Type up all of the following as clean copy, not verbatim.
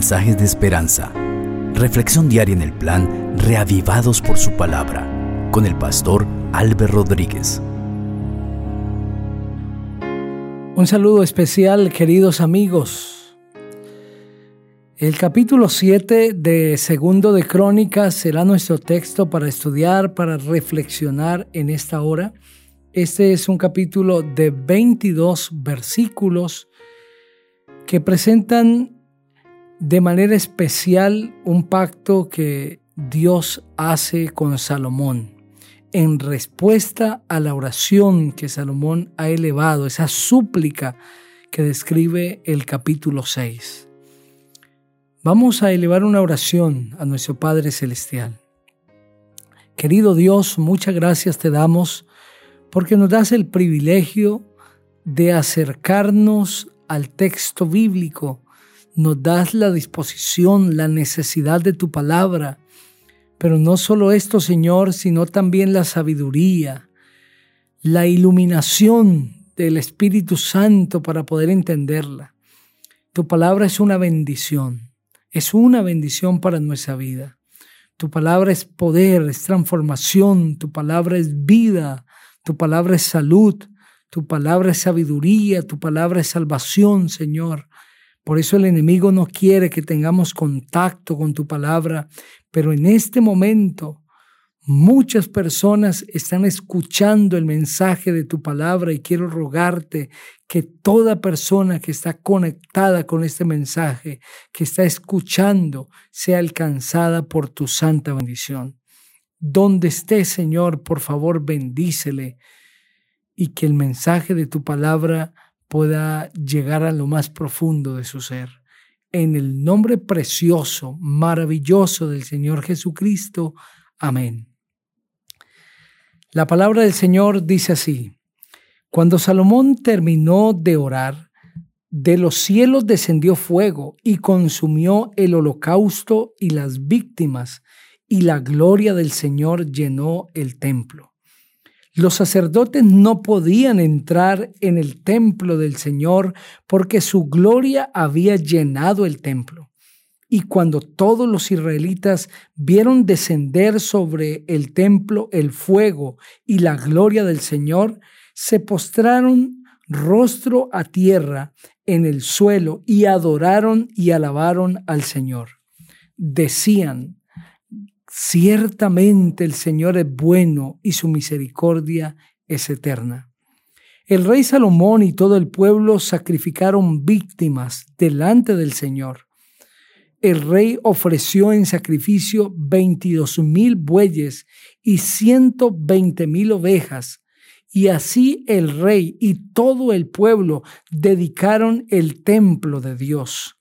mensajes de esperanza. Reflexión diaria en el plan Reavivados por su palabra, con el pastor Álvaro Rodríguez. Un saludo especial, queridos amigos. El capítulo 7 de Segundo de Crónicas será nuestro texto para estudiar, para reflexionar en esta hora. Este es un capítulo de 22 versículos que presentan de manera especial un pacto que Dios hace con Salomón en respuesta a la oración que Salomón ha elevado, esa súplica que describe el capítulo 6. Vamos a elevar una oración a nuestro Padre Celestial. Querido Dios, muchas gracias te damos porque nos das el privilegio de acercarnos al texto bíblico. Nos das la disposición, la necesidad de tu palabra. Pero no solo esto, Señor, sino también la sabiduría, la iluminación del Espíritu Santo para poder entenderla. Tu palabra es una bendición para nuestra vida. Tu palabra es poder, es transformación, tu palabra es vida, tu palabra es salud, tu palabra es sabiduría, tu palabra es salvación, Señor. Por eso el enemigo no quiere que tengamos contacto con tu palabra, pero en este momento muchas personas están escuchando el mensaje de tu palabra y quiero rogarte que toda persona que está conectada con este mensaje, que está escuchando, sea alcanzada por tu santa bendición. Donde esté, Señor, por favor, bendícele y que el mensaje de tu palabra pueda llegar a lo más profundo de su ser. En el nombre precioso, maravilloso del Señor Jesucristo. Amén. La palabra del Señor dice así: Cuando Salomón terminó de orar, de los cielos descendió fuego y consumió el holocausto y las víctimas, y la gloria del Señor llenó el templo. Los sacerdotes no podían entrar en el templo del Señor porque su gloria había llenado el templo. Y cuando todos los israelitas vieron descender sobre el templo el fuego y la gloria del Señor, se postraron rostro a tierra en el suelo y adoraron y alabaron al Señor. Decían: Ciertamente el Señor es bueno y su misericordia es eterna. El rey Salomón y todo el pueblo sacrificaron víctimas delante del Señor. El rey ofreció en sacrificio 22,000 bueyes y 120,000 ovejas. Y así el rey y todo el pueblo dedicaron el templo de Dios.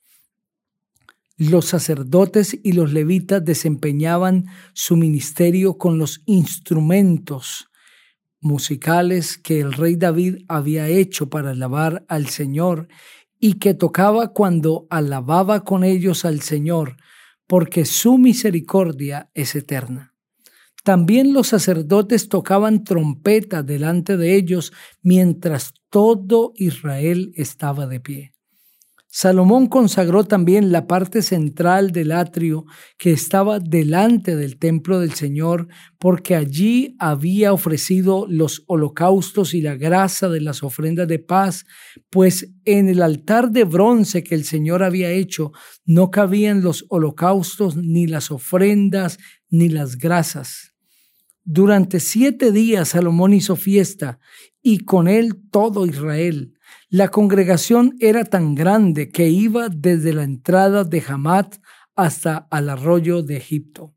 Los sacerdotes y los levitas desempeñaban su ministerio con los instrumentos musicales que el rey David había hecho para alabar al Señor y que tocaba cuando alababa con ellos al Señor, porque su misericordia es eterna. También los sacerdotes tocaban trompeta delante de ellos mientras todo Israel estaba de pie. Salomón consagró también la parte central del atrio que estaba delante del templo del Señor, porque allí había ofrecido los holocaustos y la grasa de las ofrendas de paz, pues en el altar de bronce que el Señor había hecho no cabían los holocaustos, ni las ofrendas, ni las grasas. Durante 7 días Salomón hizo fiesta, y con él todo Israel. La congregación era tan grande que iba desde la entrada de Hamat hasta al arroyo de Egipto.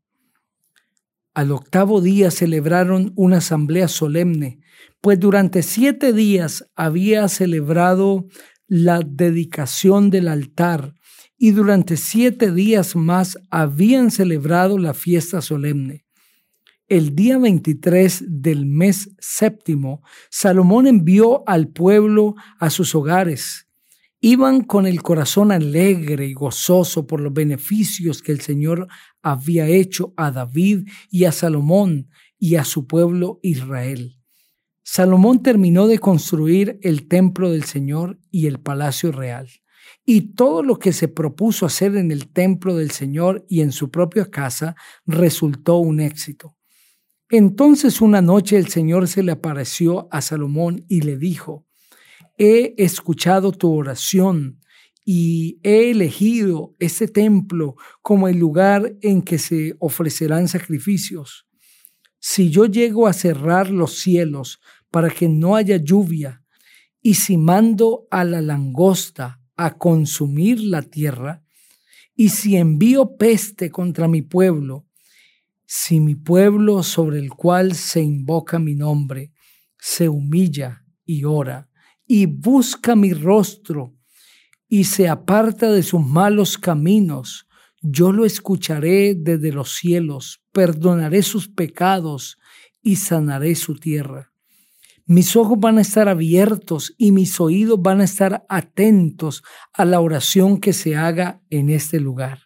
Al 8º día celebraron una asamblea solemne, pues durante 7 días había celebrado la dedicación del altar y durante 7 días más habían celebrado la fiesta solemne. El día 23 del mes séptimo, Salomón envió al pueblo a sus hogares. Iban con el corazón alegre y gozoso por los beneficios que el Señor había hecho a David y a Salomón y a su pueblo Israel. Salomón terminó de construir el templo del Señor y el palacio real. y todo lo que se propuso hacer en el templo del Señor y en su propia casa resultó un éxito. Entonces una noche el Señor se le apareció a Salomón y le dijo: he escuchado tu oración y he elegido este templo como el lugar en que se ofrecerán sacrificios. Si yo llego a cerrar los cielos para que no haya lluvia, y si mando a la langosta a consumir la tierra, y si envío peste contra mi pueblo, si mi pueblo sobre el cual se invoca mi nombre se humilla y ora y busca mi rostro y se aparta de sus malos caminos, yo lo escucharé desde los cielos, perdonaré sus pecados y sanaré su tierra. Mis ojos van a estar abiertos y mis oídos van a estar atentos a la oración que se haga en este lugar.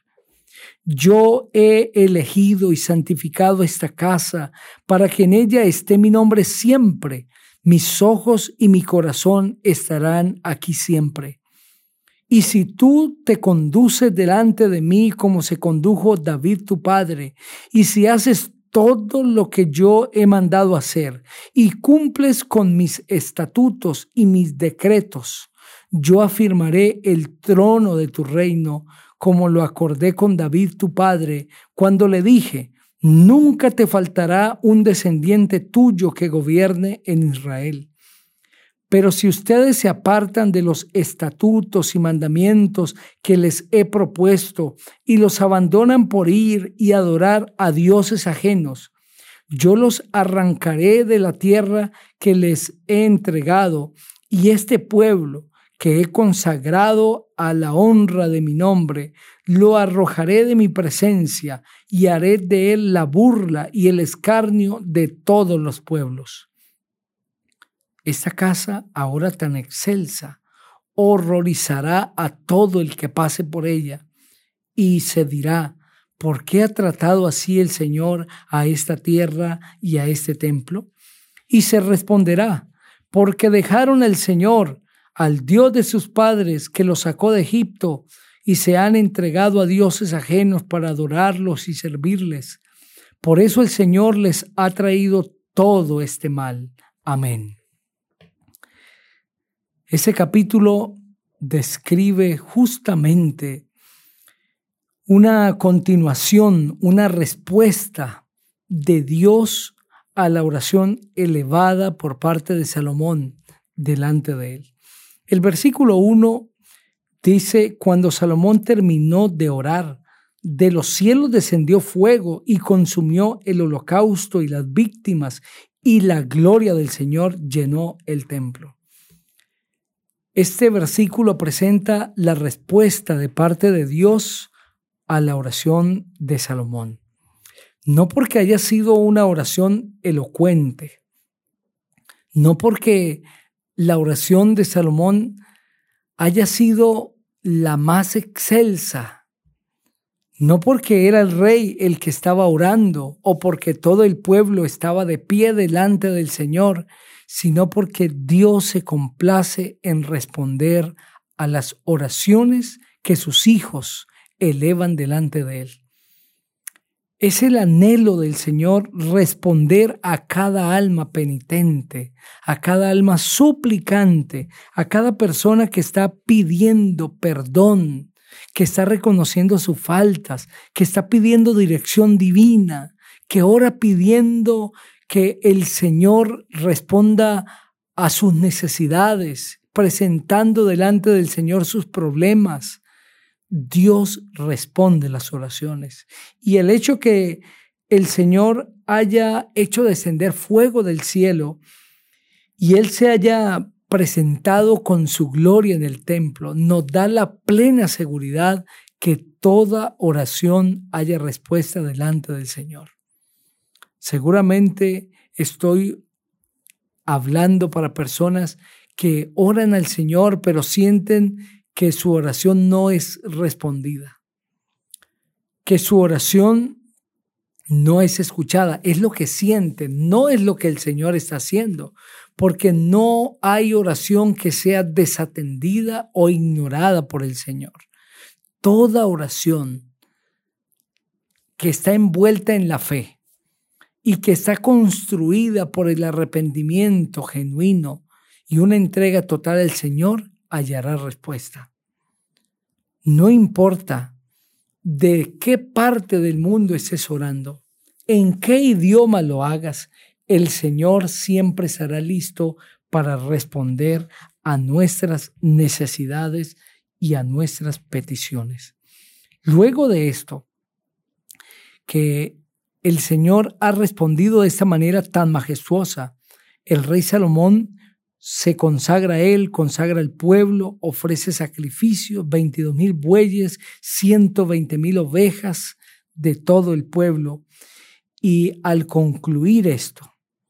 Yo he elegido y santificado esta casa para que en ella esté mi nombre siempre. Mis ojos y mi corazón estarán aquí siempre. Y si tú te conduces delante de mí como se condujo David tu padre, y si haces todo lo que yo he mandado hacer y cumples con mis estatutos y mis decretos, yo afirmaré el trono de tu reino, como lo acordé con David tu padre, cuando le dije: nunca te faltará un descendiente tuyo que gobierne en Israel. Pero si ustedes se apartan de los estatutos y mandamientos que les he propuesto y los abandonan por ir y adorar a dioses ajenos, yo los arrancaré de la tierra que les he entregado, y este pueblo que he consagrado a la honra de mi nombre, lo arrojaré de mi presencia y haré de él la burla y el escarnio de todos los pueblos. Esta casa, ahora tan excelsa, horrorizará a todo el que pase por ella, y se dirá: ¿por qué ha tratado así el Señor a esta tierra y a este templo? Y se responderá: porque dejaron al Señor, al Dios de sus padres, que los sacó de Egipto, y se han entregado a dioses ajenos para adorarlos y servirles. Por eso el Señor les ha traído todo este mal. Amén. Ese capítulo describe justamente una continuación, una respuesta de Dios a la oración elevada por parte de Salomón delante de él. El versículo 1 dice: cuando Salomón terminó de orar, de los cielos descendió fuego y consumió el holocausto y las víctimas, y la gloria del Señor llenó el templo. Este versículo presenta la respuesta de parte de Dios a la oración de Salomón. No porque haya sido una oración elocuente, no porque la oración de Salomón haya sido la más excelsa, no porque era el rey el que estaba orando o porque todo el pueblo estaba de pie delante del Señor, sino porque Dios se complace en responder a las oraciones que sus hijos elevan delante de Él. Es el anhelo del Señor responder a cada alma penitente, a cada alma suplicante, a cada persona que está pidiendo perdón, que está reconociendo sus faltas, que está pidiendo dirección divina, que ora pidiendo que el Señor responda a sus necesidades, presentando delante del Señor sus problemas. Dios responde las oraciones. Y el hecho que el Señor haya hecho descender fuego del cielo y Él se haya presentado con su gloria en el templo, nos da la plena seguridad que toda oración haya respuesta delante del Señor. Seguramente estoy hablando para personas que oran al Señor, pero sienten que su oración no es respondida, que su oración no es escuchada. Es lo que sienten, no es lo que el Señor está haciendo, porque no hay oración que sea desatendida o ignorada por el Señor. Toda oración que está envuelta en la fe y que está construida por el arrepentimiento genuino y una entrega total al Señor, hallará respuesta. No importa de qué parte del mundo estés orando, en qué idioma lo hagas, el Señor siempre estará listo para responder a nuestras necesidades y a nuestras peticiones. Luego de esto, que el Señor ha respondido de esta manera tan majestuosa, el rey Salomón se consagra a él, consagra al pueblo, ofrece sacrificios, 22,000 bueyes, 120,000 ovejas de todo el pueblo. Y al concluir esto,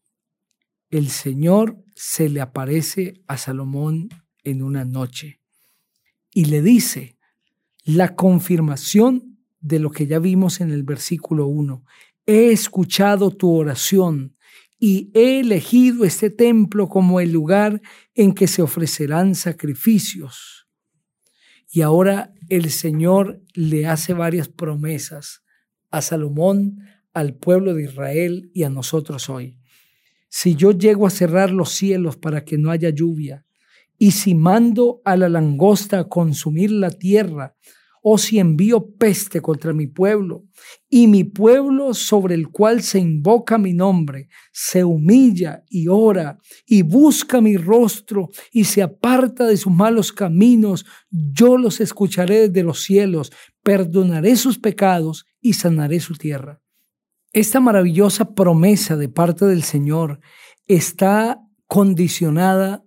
el Señor se le aparece a Salomón en una noche y le dice la confirmación de lo que ya vimos en el versículo 1. He escuchado tu oración y he elegido este templo como el lugar en que se ofrecerán sacrificios. Y ahora el Señor le hace varias promesas a Salomón, al pueblo de Israel y a nosotros hoy. Si yo llego a cerrar los cielos para que no haya lluvia, y si mando a la langosta a consumir la tierra, o si envío peste contra mi pueblo, y mi pueblo sobre el cual se invoca mi nombre, se humilla y ora, y busca mi rostro, y se aparta de sus malos caminos, yo los escucharé desde los cielos, perdonaré sus pecados y sanaré su tierra. Esta maravillosa promesa de parte del Señor está condicionada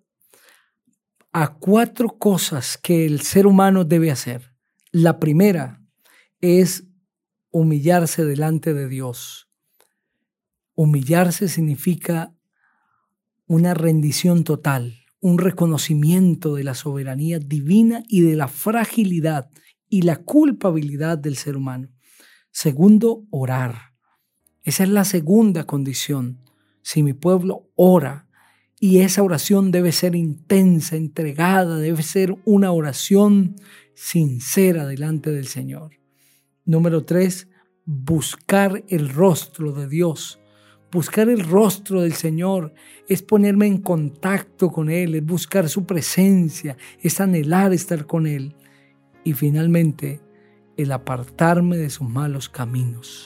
a 4 cosas que el ser humano debe hacer. La primera es humillarse delante de Dios. Humillarse significa una rendición total, un reconocimiento de la soberanía divina y de la fragilidad y la culpabilidad del ser humano. Segundo, orar. Esa es la segunda condición. Si mi pueblo ora, y esa oración debe ser intensa, entregada, debe ser una oración sincera delante del Señor. Número 3, buscar el rostro de Dios. Buscar el rostro del Señor es ponerme en contacto con Él, es buscar su presencia, es anhelar estar con Él. Y finalmente, el apartarme de sus malos caminos.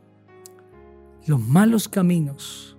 Los malos caminos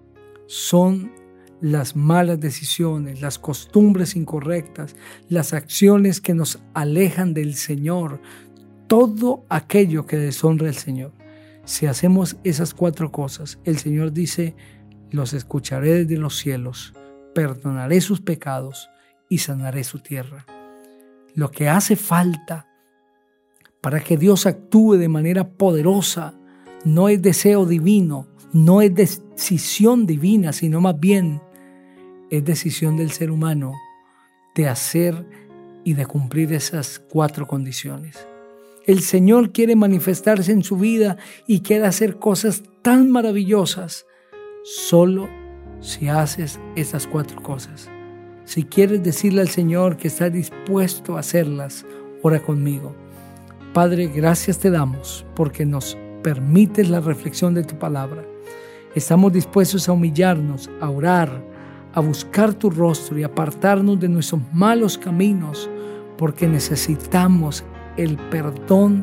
son las malas decisiones, las costumbres incorrectas, las acciones que nos alejan del Señor, todo aquello que deshonra al Señor. Si hacemos esas 4 cosas, el Señor dice, los escucharé desde los cielos, perdonaré sus pecados y sanaré su tierra. Lo que hace falta para que Dios actúe de manera poderosa no es deseo divino, no es decisión divina, sino más bien es decisión del ser humano de hacer y de cumplir esas 4 condiciones. El Señor quiere manifestarse en su vida y quiere hacer cosas tan maravillosas solo si haces esas 4 cosas. Si quieres decirle al Señor que estás dispuesto a hacerlas, ora conmigo. Padre, gracias te damos porque nos permites la reflexión de tu palabra. Estamos dispuestos a humillarnos, a orar, a buscar tu rostro y apartarnos de nuestros malos caminos porque necesitamos el perdón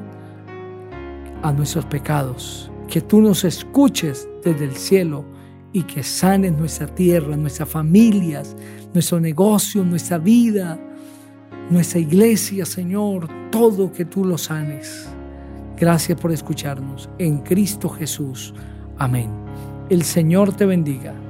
a nuestros pecados. Que tú nos escuches desde el cielo y que sanes nuestra tierra, nuestras familias, nuestro negocio, nuestra vida, nuestra iglesia, Señor, todo que tú lo sanes. Gracias por escucharnos. En Cristo Jesús. Amén. El Señor te bendiga.